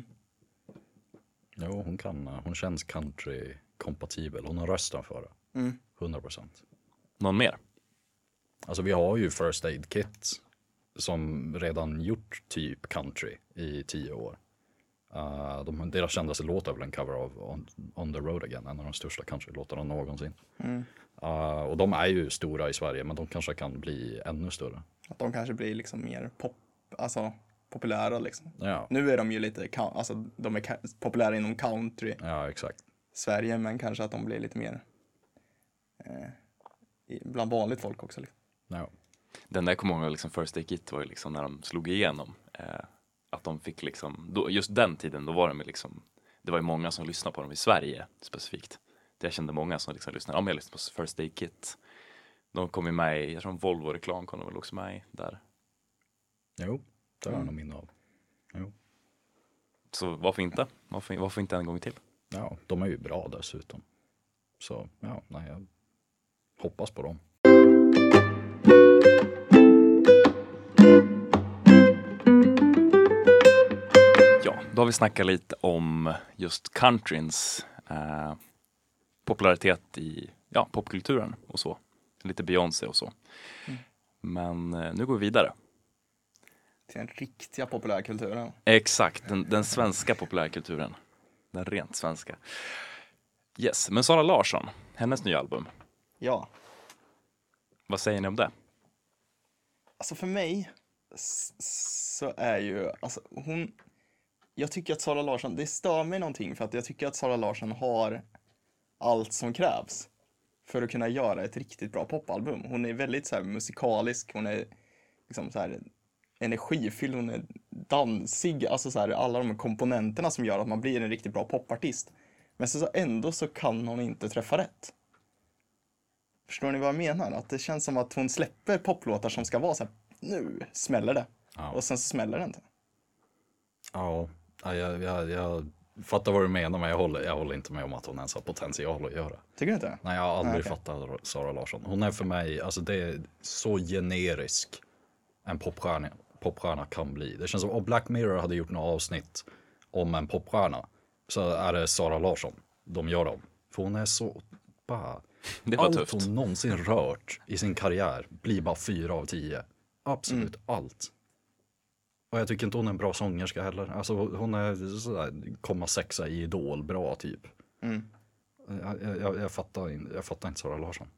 Jo, hon kan, hon känns country-kompatibel. Hon har rösten för det. Mm. hundra procent. Någon mer? Alltså vi har ju First Aid Kit som redan gjort typ country i tio år. Uh, de, deras kändaste låt är väl en cover av On, On the Road Again, en av de största country-låtarna någonsin. Mm. Uh, och de är ju stora i Sverige, men de kanske kan bli ännu större. Att de kanske blir liksom mer pop, alltså populära liksom. Ja. Nu är de ju lite, alltså de är ka- populära inom country. Ja, exakt. Sverige, men kanske att de blir lite mer eh, bland vanligt folk också. Liksom. Ja. Den där kommer ihåg, liksom First Aid Kit var ju liksom när de slog igenom. Eh, att de fick liksom, då, just den tiden, då var de liksom, det var ju många som lyssnade på dem i Sverige specifikt. Jag kände många som liksom lyssnade, ja men jag lyssnade på First Aid Kit. De kom ju med i, jag tror Volvo-reklam kom de väl också med i där. Jo, det har jag Mm. nog minne av. Jo. Så varför inte? Varför, varför inte en gång till? Ja, de är ju bra dessutom. Så ja, nej, jag hoppas på dem. Ja, då har vi snackat lite om just countryns eh, popularitet i ja, popkulturen och så. Lite Beyoncé och så. Mm. Men eh, nu går vi vidare. Till den riktiga populärkulturen. Exakt, den, den svenska populärkulturen. Den rent svenska. Yes, men Sara Larsson, hennes nya album. Ja. Vad säger ni om det? Alltså för mig s- så är ju, alltså hon, jag tycker att Sara Larsson, det stör mig någonting för att jag tycker att Sara Larsson har allt som krävs för att kunna göra ett riktigt bra popalbum. Hon är väldigt så här musikalisk, hon är liksom så här energifylld, hon är dansig, alltså så här alla de komponenterna som gör att man blir en riktigt bra popartist. Men så, så ändå så kan hon inte träffa rätt. Förstår ni vad jag menar? Att det känns som att hon släpper poplåtar som ska vara så här, nu smäller det. Ja. Och sen så smäller det inte. Ja, jag, jag, jag fattar vad du menar, men jag håller, jag håller inte med om att hon ens har potential att göra. Tycker du inte? Nej, jag har aldrig Ah, okay. fattat Sara Larsson. Hon är för mig, alltså det är så generisk en popstjärna, popstjärna kan bli. Det känns som om Black Mirror hade gjort något avsnitt om en popstjärna, så är det Sara Larsson de gör dem. För hon är så bara... Det var allt tufft. hon någonsin rört i sin karriär blir bara fyra av tio. Absolut Mm. allt. Och jag tycker inte hon är en bra sångerska heller. Alltså hon är sådär komma sexa i Idol bra typ. Mm. Jag, jag, jag, fattar, in, jag fattar inte Sara Larsson.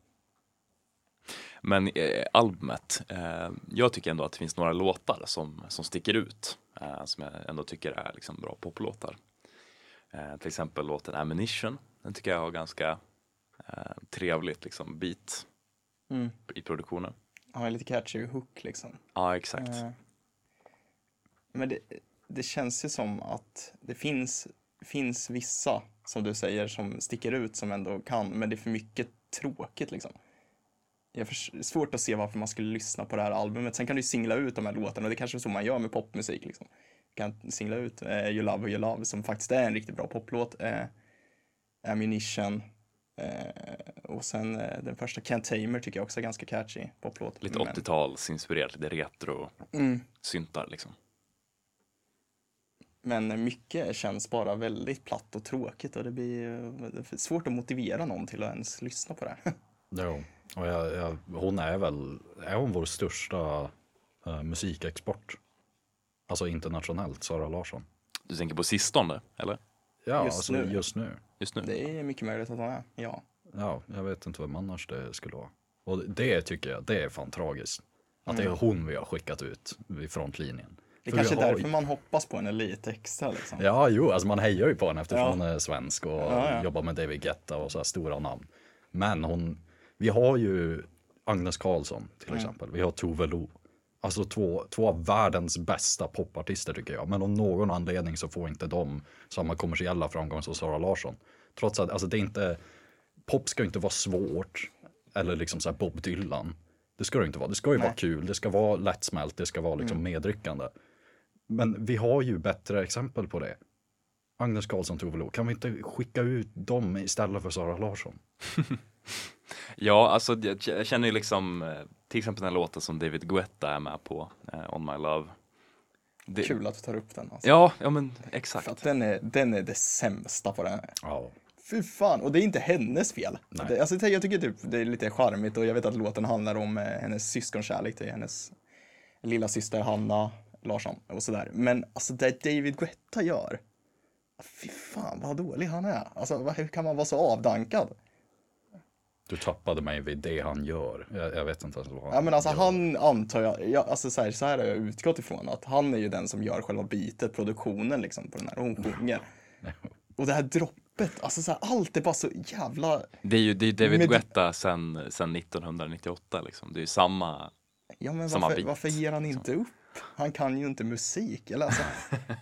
Men eh, albumet, eh, jag tycker ändå att det finns några låtar som, som sticker ut. Eh, som jag ändå tycker är liksom bra poplåtar. Eh, till exempel låten Ammunition. Den tycker jag har ganska eh, trevligt liksom, beat Mm. i produktionen. Har en lite catchy hook liksom. Ja, exakt. Eh, Men det, det känns ju som att det finns, finns vissa, som du säger, som sticker ut som ändå kan, men det är för mycket tråkigt liksom. Det är svårt att se varför man skulle lyssna på det här albumet. Sen kan du singla ut de här låtarna, och det är kanske är så man gör med popmusik liksom. Du kan singla ut eh, You Love Who You Love, som faktiskt är en riktigt bra poplåt. Eh, Ammunition. Eh, och sen eh, den första Can't Tamer tycker jag också är ganska catchy poplåt. Lite Men... åttio-talsinspirerat, lite retro Mm. syntar liksom. Men mycket känns bara väldigt platt och tråkigt, och det blir det svårt att motivera någon till att ens lyssna på det. Jo, och jag, jag, hon är väl, är hon vår största uh, musikexport? Alltså internationellt, Sara Larsson. Du tänker på sistone, eller? Ja, Just alltså nu. just nu. Just nu? Det är mycket möjligt att hon är, ja. Ja, jag vet inte vem annars det skulle vara. Och det tycker jag, det är fan tragiskt. Att det är Mm. hon vi har skickat ut vid frontlinjen. Det är För kanske vi är har- därför man hoppas på henne lite extra liksom. Ja, jo, alltså man hejar ju på henne eftersom Ja. hon är svensk och Ja, ja. jobbar med David Guetta och så här stora namn. Men hon, vi har ju Agnes Karlsson till Mm. exempel. Vi har Tove Lo. Alltså två, två av världens bästa popartister tycker jag. Men av någon anledning så får inte de samma kommersiella framgång som Sara Larsson. Trots att alltså det är inte, pop ska ju inte vara svårt. Eller liksom så här Bob Dylan. Det ska det inte vara. Det ska ju Nej. vara kul. Det ska vara lättsmält. Det ska vara liksom Mm. medryckande. Men vi har ju bättre exempel på det. Agnes Karlsson, Tove Lo. Kan vi inte skicka ut dem istället för Sara Larsson? Ja, alltså jag jag känner ju liksom eh, till exempel den här låten som David Guetta är med på, eh, On My Love. Det, Kul att du tar upp den alltså. Ja, ja men För exakt. att den är, den är det sämsta på den här. Ja. Fy fan, och det är inte hennes fel. Nej. Det, alltså, jag tycker typ det är lite charmigt, och jag vet att låten handlar om eh, hennes syskonkärlek till hennes lilla syster Hanna Larsson och sådär. Men alltså det David Guetta gör, fy fan vad dålig han är. Alltså vad, hur kan man vara så avdankad? Du tappade mig vid det han gör. Jag, jag vet inte ens vad han Ja men alltså gör. han antar jag, jag alltså så här, så här har jag utgått ifrån, att han är ju den som gör själva beatet, produktionen liksom på den här, och hon sjunger. Och det här droppet, alltså så här, allt är bara så jävla, Det är ju det är David Med- Guetta sen, sen nittonhundranittioåtta liksom. Det är ju samma. ja men Samma varför, beat, varför ger han inte upp? Han kan ju inte musik, eller alltså.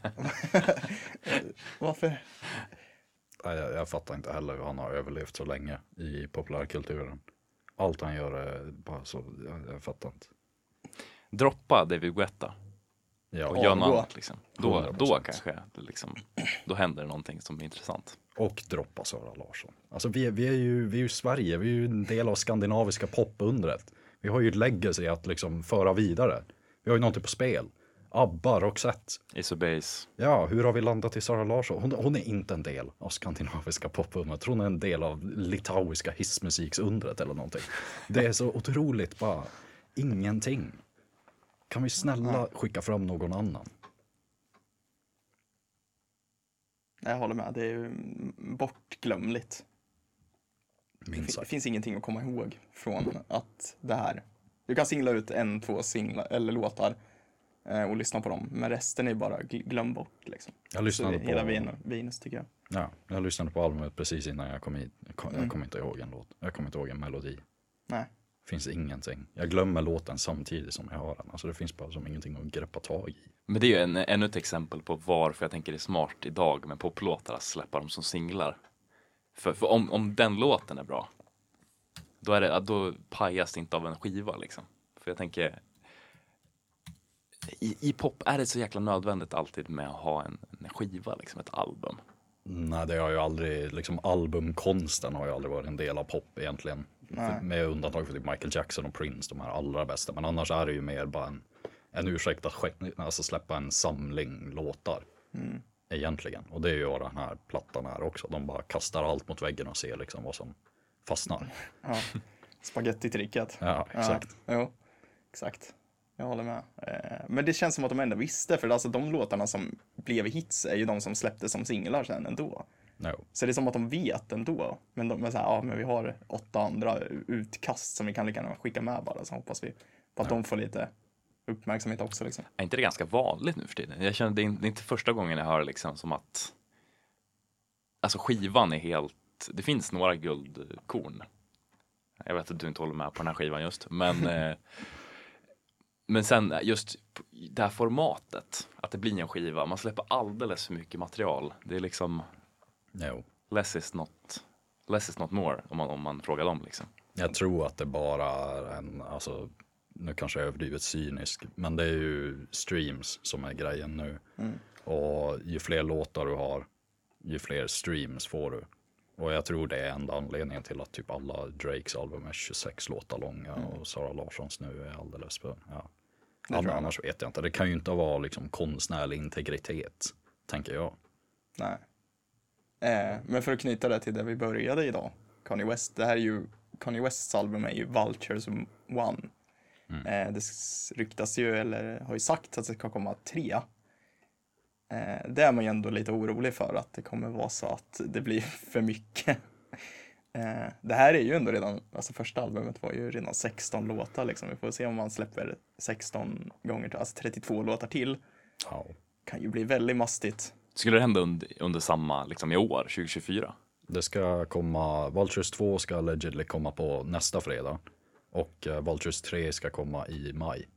Varför? Nej, jag, jag fattar inte heller hur han har överlevt så länge i populärkulturen. Allt han gör är bara så, jag, jag fattar inte. Droppa David Guetta Ja, och och, gör något då. annat liksom. Då, hundra då procent. kanske det liksom, då händer det någonting som är intressant. och droppa Sara Larsson. Alltså vi, är- vi är ju, vi är ju Sverige, vi är ju en del av skandinaviska popundret. Vi har ju ett legacy att liksom föra vidare. Vi har ju någonting på spel. ABBA, Roxette. Ace of Base. Ja, hur har vi landat i Sara Larsson? Hon, hon är inte en del av skandinaviska popundret. Hon är en del av litauiska hissmusiksundret eller någonting. Det är så otroligt bara ingenting. Kan vi snälla skicka fram någon annan? Jag håller med, det är ju bortglömligt. Det Minst fin- sagt. finns ingenting att komma ihåg från att det här. Du kan singla ut en, två singlar eller låtar eh, och lyssna på dem, men resten är bara gl- glöm bort liksom. Jag Så lyssnade det är hela på... Venus, Venus tycker jag. Ja, jag lyssnade på albumet precis innan jag kom hit. Jag kom, jag Mm. kommer inte ihåg en låt. Jag kommer inte ihåg en melodi. Nej. Finns ingenting. Jag glömmer låten samtidigt som jag har den. Alltså det finns bara som ingenting att greppa tag i. Men det är ju en, ännu ett exempel på varför jag tänker det är smart idag med poplåtar att släppa dem som singlar. För, för om, om den låten är bra, då, är det, då pajas det inte av en skiva liksom. För jag tänker, i, i pop är det så jäkla nödvändigt alltid med att ha en, en skiva, liksom ett album. Nej, det har ju aldrig, liksom albumkonsten har ju aldrig varit en del av pop egentligen. Nej. För, med undantag för typ Michael Jackson och Prince, de här allra bästa. Men annars är det ju mer bara en, en ursäkt att ske- alltså släppa en samling låtar. Mm. Egentligen. Och det är ju vad den här plattan är också. De bara kastar allt mot väggen och ser liksom vad som fastnar. Ja. Spagettitricket. Ja, exakt. Ja, jo, exakt. Jag håller med. Eh, men det känns som att de ändå visste, för alltså de låtarna som blev hits är ju de som släpptes som singlar sen ändå. No. Så det är som att de vet ändå. Men de är så här, ja men vi har åtta andra utkast som vi kan lika gärna skicka med bara, så hoppas vi på att Ja. de får lite uppmärksamhet också liksom. Är inte det ganska vanligt nu för tiden? Jag känner det är inte, det är inte första gången jag hör liksom som att alltså skivan är helt, det finns några guldkorn. Jag vet att du inte håller med på den här skivan just, men eh, men sen just det här formatet, att det blir en skiva, man släpper alldeles för mycket material. Det är liksom Jo. less is not, less is not more, om man, om man frågar dem liksom. Jag tror att det bara är en, alltså, nu kanske jag är överdrivet cynisk, men det är ju streams som är grejen nu. Mm. Och ju fler låtar du har, ju fler streams får du. Och jag tror det är enda anledningen till att typ alla Drakes album är tjugosex låtar långa Mm. och Sara Larssons nu är alldeles för, ja. Det tror jag. Annars vet jag inte, det kan ju inte vara liksom konstnärlig integritet, tänker jag. Nej. Eh, men för att knyta det till det vi började idag, Kanye West, det här är ju, Kanye Wests album är ju Vultures One. Mm. Eh, det s- ryktas ju, eller har ju sagt att det ska komma tre. Eh, det är man ju ändå lite orolig för, att det kommer vara så att det blir för mycket. eh, det här är ju ändå redan, alltså första albumet var ju redan sexton låtar liksom. Vi får se om man släpper sexton gånger, till, alltså trettiotvå låtar till. Ja. Kan ju bli väldigt mastigt. Skulle det hända under, under samma, liksom i år, tjugo tjugofyra? Det ska komma, Vultures två ska allegedly komma på nästa fredag. Och uh, Vultures tre ska komma i maj.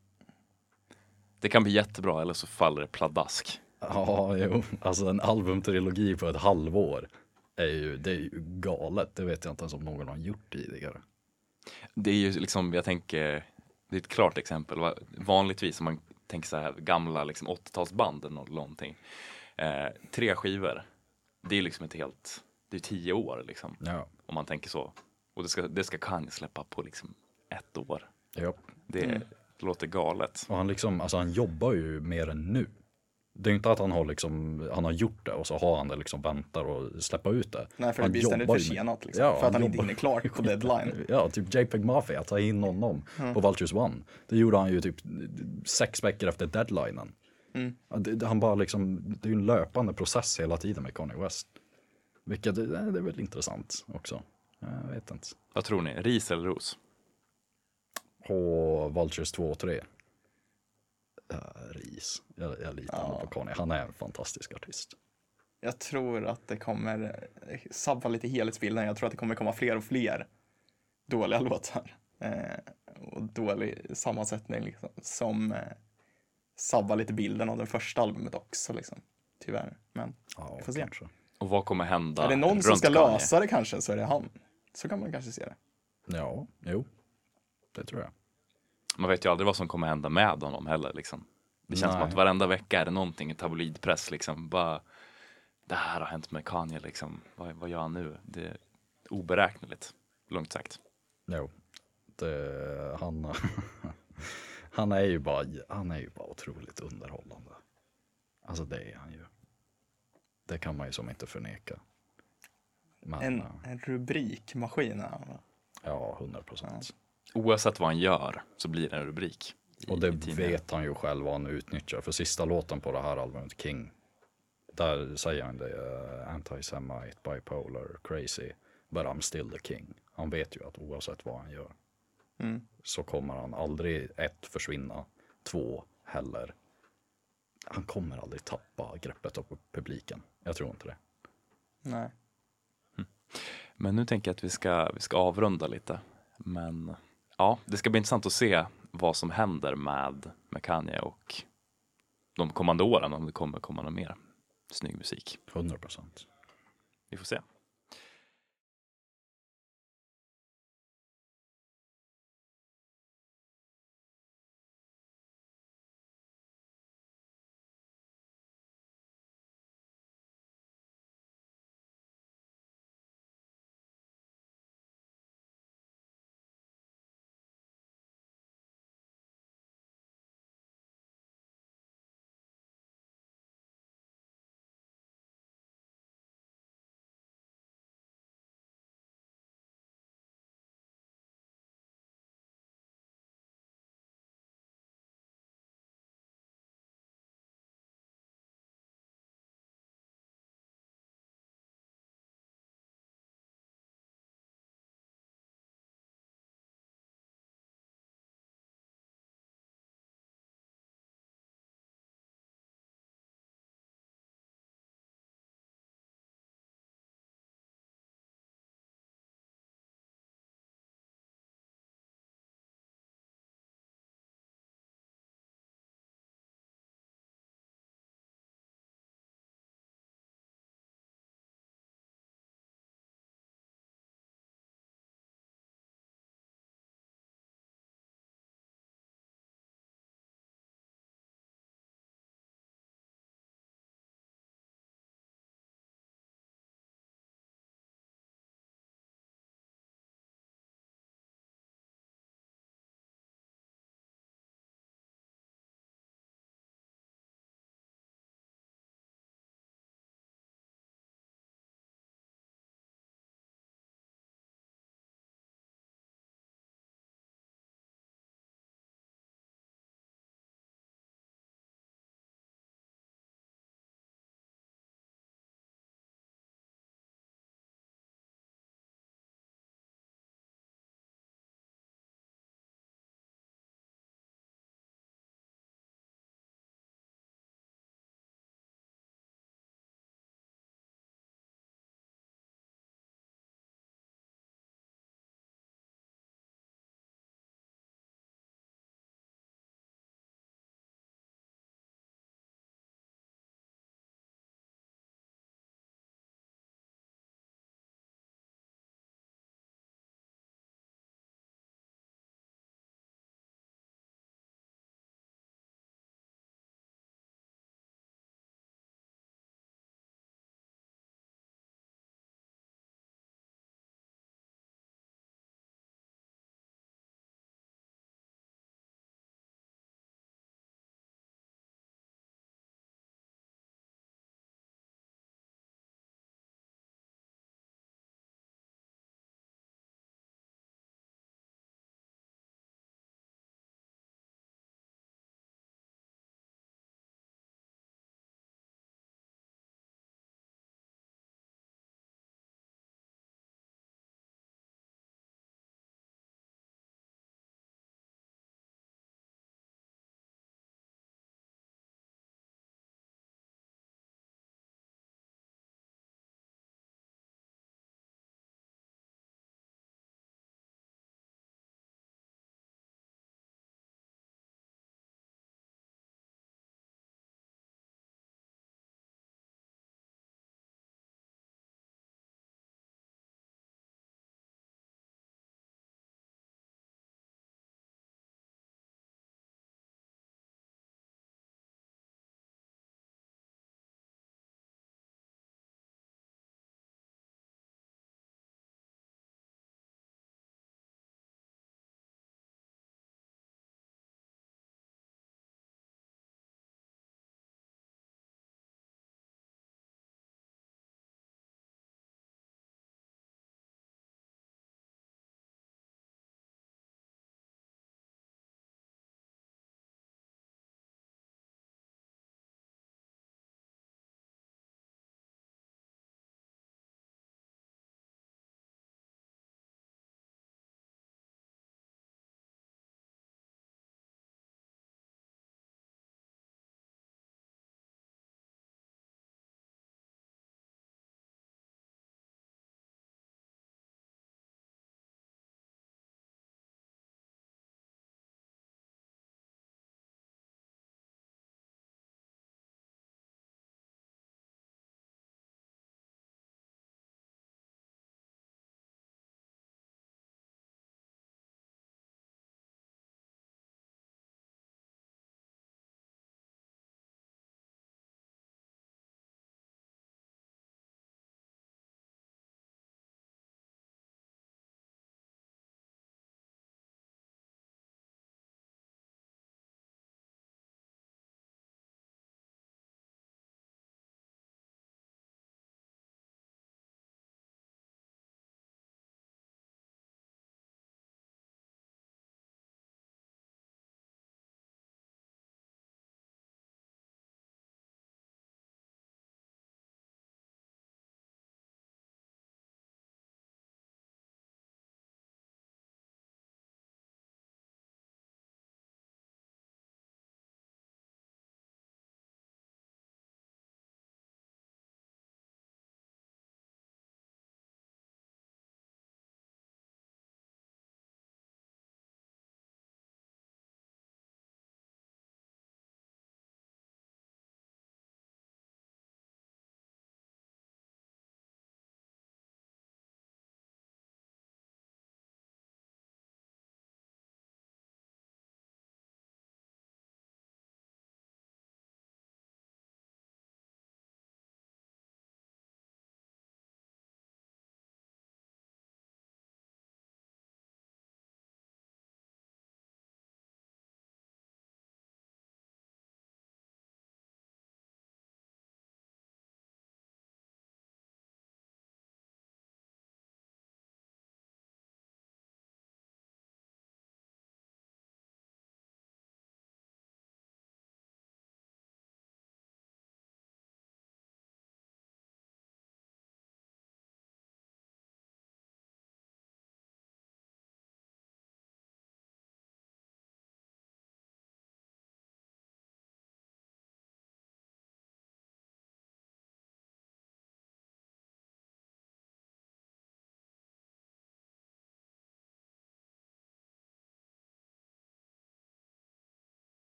Det kan bli jättebra, eller så faller det pladask. Ja, jo. Alltså en albumtrilogi på ett halvår är ju, det är ju galet. Det vet jag inte ens om någon har gjort tidigare. Det är ju liksom, jag tänker, det är ett klart exempel. Va- Vanligtvis om man tänker så här gamla liksom åttiotalsband eller nå- någonting. Eh, tre skivor, det är liksom ett helt, det är tio år liksom. Ja, Om man tänker så. Och det ska, det ska Kanye släppa på liksom ett år. ja. Det Mm. låter galet. Och han liksom, alltså han jobbar ju mer än nu. Det är ju inte att han har liksom, han har gjort det och så har han det liksom väntar och släppa ut det. Nej, för det Han blir ständigt jobbar ju med- försenat liksom, Ja, för att han inte jobbar- hinner klart på deadline. Ja, typ JPEG Mafia, ta in honom på Vultures One. Det gjorde han ju typ sex veckor efter deadlinen. Mm. Ja, det, han bara liksom, det är ju en löpande process hela tiden med Kanye West. Vilket, det, det är väl intressant också. Jag vet inte. Vad tror ni? Ris eller ros? På Vultures två och tre. Uh, ris. Jag, jag litar Ja. nog på Kanye. Han är en fantastisk artist. Jag tror att det kommer eh, sabba lite helhetsbilden. Jag tror att det kommer komma fler och fler dåliga låtar. Eh, och dålig sammansättning liksom, som eh, sabbar lite bilden av det första albumet också liksom. Tyvärr. Men Ja, vi får se. kanske. Och vad kommer hända är det någon som runt ska Kanye? lösa det kanske, så är det han. Så kan man kanske se det. Ja, jo. Det tror jag. Man vet ju aldrig vad som kommer hända med honom heller liksom. Det känns som Nej. att varenda vecka är det någonting i tabloidpress liksom. Bara, det här har hänt med Kanye liksom. Vad, vad gör han nu? Det är oberäkneligt, lugnt sagt. Jo. Det, han, han, är ju bara, han är ju bara otroligt underhållande. Alltså det är han ju. Det kan man ju som inte förneka. Men, En, eh, en rubrikmaskin är han, va? ja, hundra procent. Oavsett vad han gör så blir det en rubrik. i- Och det i tidningen. vet han ju själv vad han utnyttjar. För sista låten på det här albumet, King, där säger han det, uh, anti-semite, bipolar, crazy, but I'm still the king. Han vet ju att oavsett vad han gör Mm. så kommer han aldrig, ett, försvinna, två, heller. Han kommer aldrig tappa greppet av publiken. Jag tror inte det. Nej. Men nu tänker jag att vi ska, vi ska avrunda lite. Men ja, det ska bli intressant att se vad som händer med, med Kanye och de kommande åren, om det kommer komma någon mer snygg musik. hundra procent. Vi får se.